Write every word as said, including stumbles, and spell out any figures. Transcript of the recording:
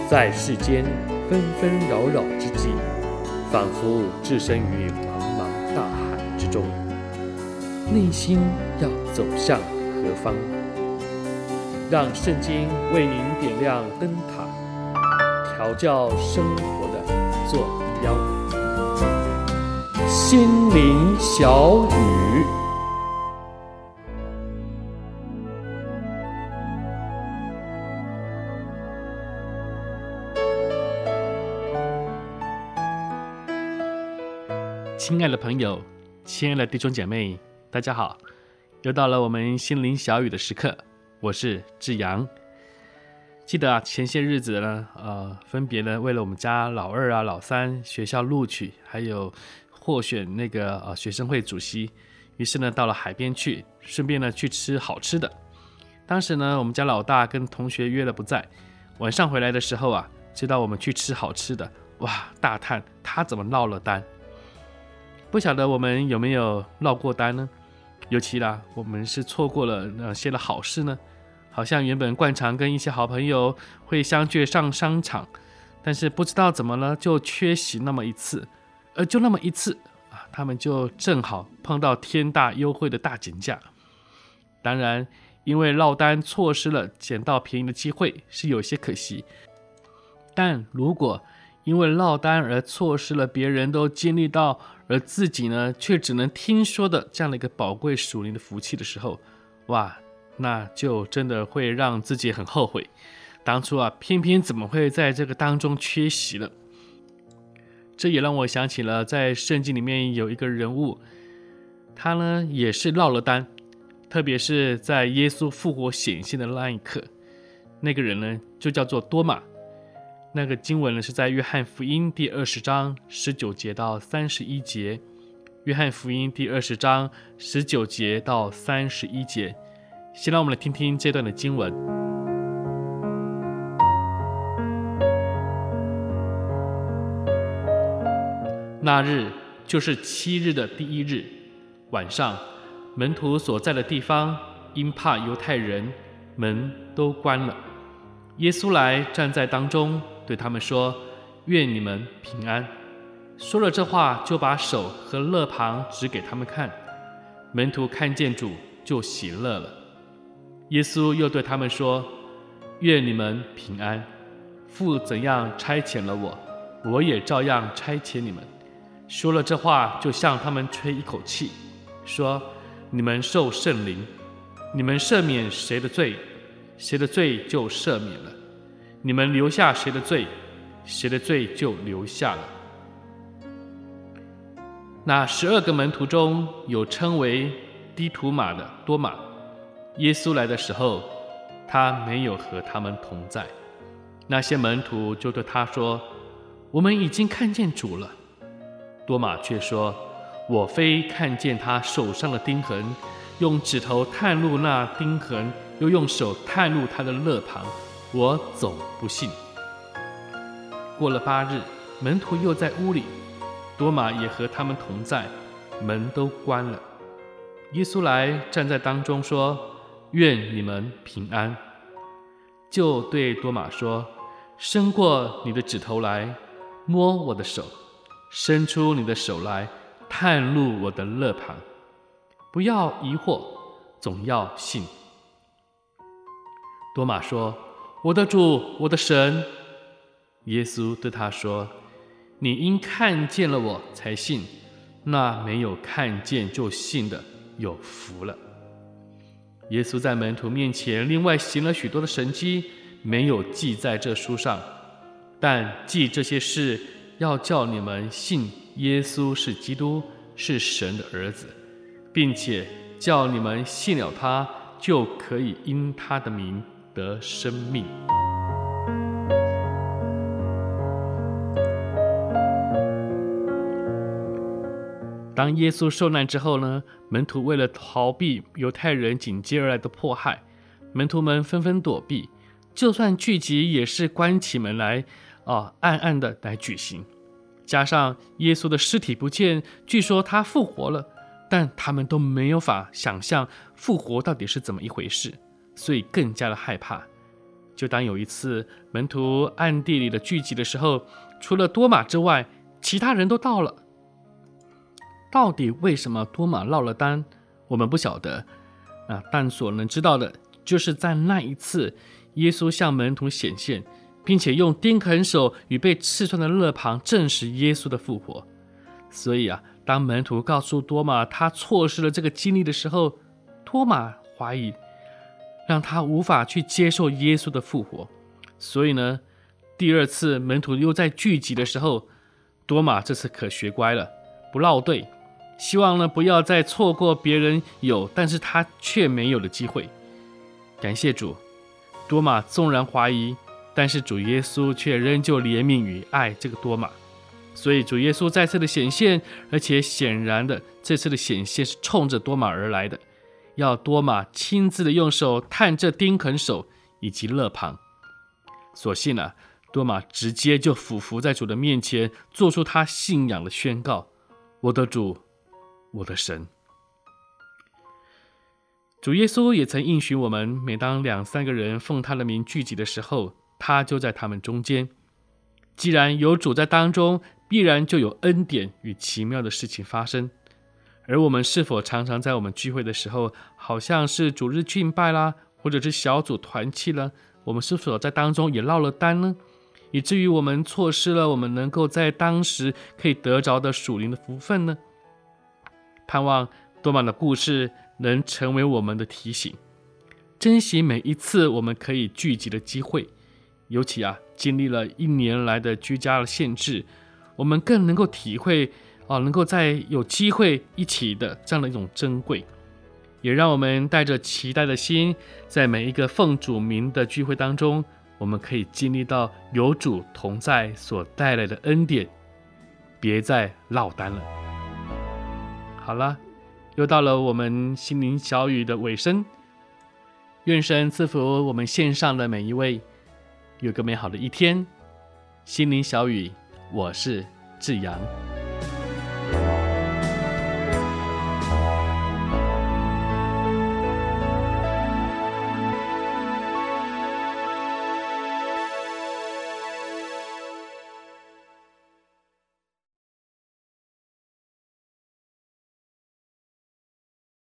在世间纷纷扰扰之际，仿佛置身于茫茫大海之中，内心要走向何方？让圣经为您点亮灯塔，调教生活的坐标。心灵小语， 亲爱的朋友，亲爱的弟兄姐妹，大家好，又到了我们心灵小语的时刻，我是志阳。记得啊，前些日子呢，呃，分别呢为了我们家老二啊、老三学校录取，还有获选那个呃学生会主席，于是呢到了海边去，顺便呢去吃好吃的。当时呢，我们家老大跟同学约了不在，晚上回来的时候啊，知道我们去吃好吃的，哇，大叹他怎么落了单。不晓得我们有没有落过单呢？尤其啦，我们是错过了哪些的好事呢？好像原本惯常跟一些好朋友会相聚上商场，但是不知道怎么了，就缺席那么一次，而就那么一次啊，他们就正好碰到天大优惠的大减价。当然，因为落单错失了捡到便宜的机会，是有些可惜。但如果因为落单而错失了别人都经历到，而自己呢却只能听说的这样的一个宝贵属灵的福气的时候，哇，那就真的会让自己很后悔，当初啊偏偏怎么会在这个当中缺席了。这也让我想起了在圣经里面有一个人物，他呢也是落了单，特别是在耶稣复活显现的那一刻，那个人呢就叫做多马。那个经文呢是在约翰福音第二十章十九节到三十一节，约翰福音第二十章十九节到三十一节。先让我们来听听这段的经文。那日就是七日的第一日晚上，门徒所在的地方因怕犹太人，门都关了。耶稣来站在当中，对他们说：愿你们平安。说了这话，就把手和肋旁指给他们看。门徒看见主，就喜乐了。耶稣又对他们说：愿你们平安。父怎样差遣了我，我也照样差遣你们。说了这话，就向他们吹一口气，说：你们受圣灵。你们赦免谁的罪，谁的罪就赦免了；你们留下谁的罪，谁的罪就留下了。那十二个门徒中有称为低图马的多马，耶稣来的时候，他没有和他们同在。那些门徒就对他说：我们已经看见主了。多马却说：我非看见他手上的钉痕，用指头探入那钉痕，又用手探入他的肋旁，我总不信。过了八日，门徒又在屋里，多马也和他们同在，门都关了。耶稣来站在当中说：愿你们平安。就对多马说：伸过你的指头来，摸我的手，伸出你的手来，探入我的肋旁，不要疑惑，总要信。多马说：我的主，我的神。耶稣对他说：你因看见了我才信，那没有看见就信的有福了。耶稣在门徒面前另外行了许多的神迹，没有记在这书上，但记这些事，要叫你们信耶稣是基督，是神的儿子，并且叫你们信了他，就可以因他的名得生命。当耶稣受难之后呢，门徒为了逃避犹太人紧接而来的迫害，门徒们纷纷躲避，就算聚集也是关起门来、呃、暗暗的来举行。加上耶稣的尸体不见，据说他复活了，但他们都没有法想象复活到底是怎么一回事，所以更加的害怕。 就当有一次门徒暗地里的聚集的时候，除了多马之外，其他人都到了。到底为什么多马落了单，我们不晓得啊，但所能知道的就是在那一次，耶稣向门徒显现，并且用钉痕手与被刺穿的肋旁证实耶稣的复活。所以啊，当门徒告诉多马他错失了这个经历的时候，多马怀疑，让他无法去接受耶稣的复活。所以呢，第二次门徒又在聚集的时候，多马这次可学乖了，不落队，希望呢不要再错过别人有但是他却没有的机会。感谢主，多马纵然怀疑，但是主耶稣却仍旧怜悯与爱这个多马。所以主耶稣再次的显现，而且显然的这次的显现是冲着多马而来的，要多马亲自的用手探这钉痕手以及肋旁。所幸啊，多马直接就俯伏在主的面前，做出他信仰的宣告：我的主，我的神。主耶稣也曾应许我们，每当两三个人奉他的名聚集的时候，他就在他们中间。既然有主在当中，必然就有恩典与奇妙的事情发生。而我们是否常常在我们聚会的时候，好像是主日敬拜啦，或者是小组团契啦，我们是否在当中也落了单呢？以至于我们错失了我们能够在当时可以得着的属灵的福分呢？盼望多马的故事能成为我们的提醒，珍惜每一次我们可以聚集的机会。尤其啊，经历了一年来的居家的限制，我们更能够体会啊，能够在有机会一起的这样的一种珍贵，也让我们带着期待的心，在每一个奉主名的聚会当中，我们可以经历到有主同在所带来的恩典，别再落单了。好了，又到了我们心灵小语的尾声，愿神赐福我们线上的每一位，有个美好的一天。心灵小语，我是志阳。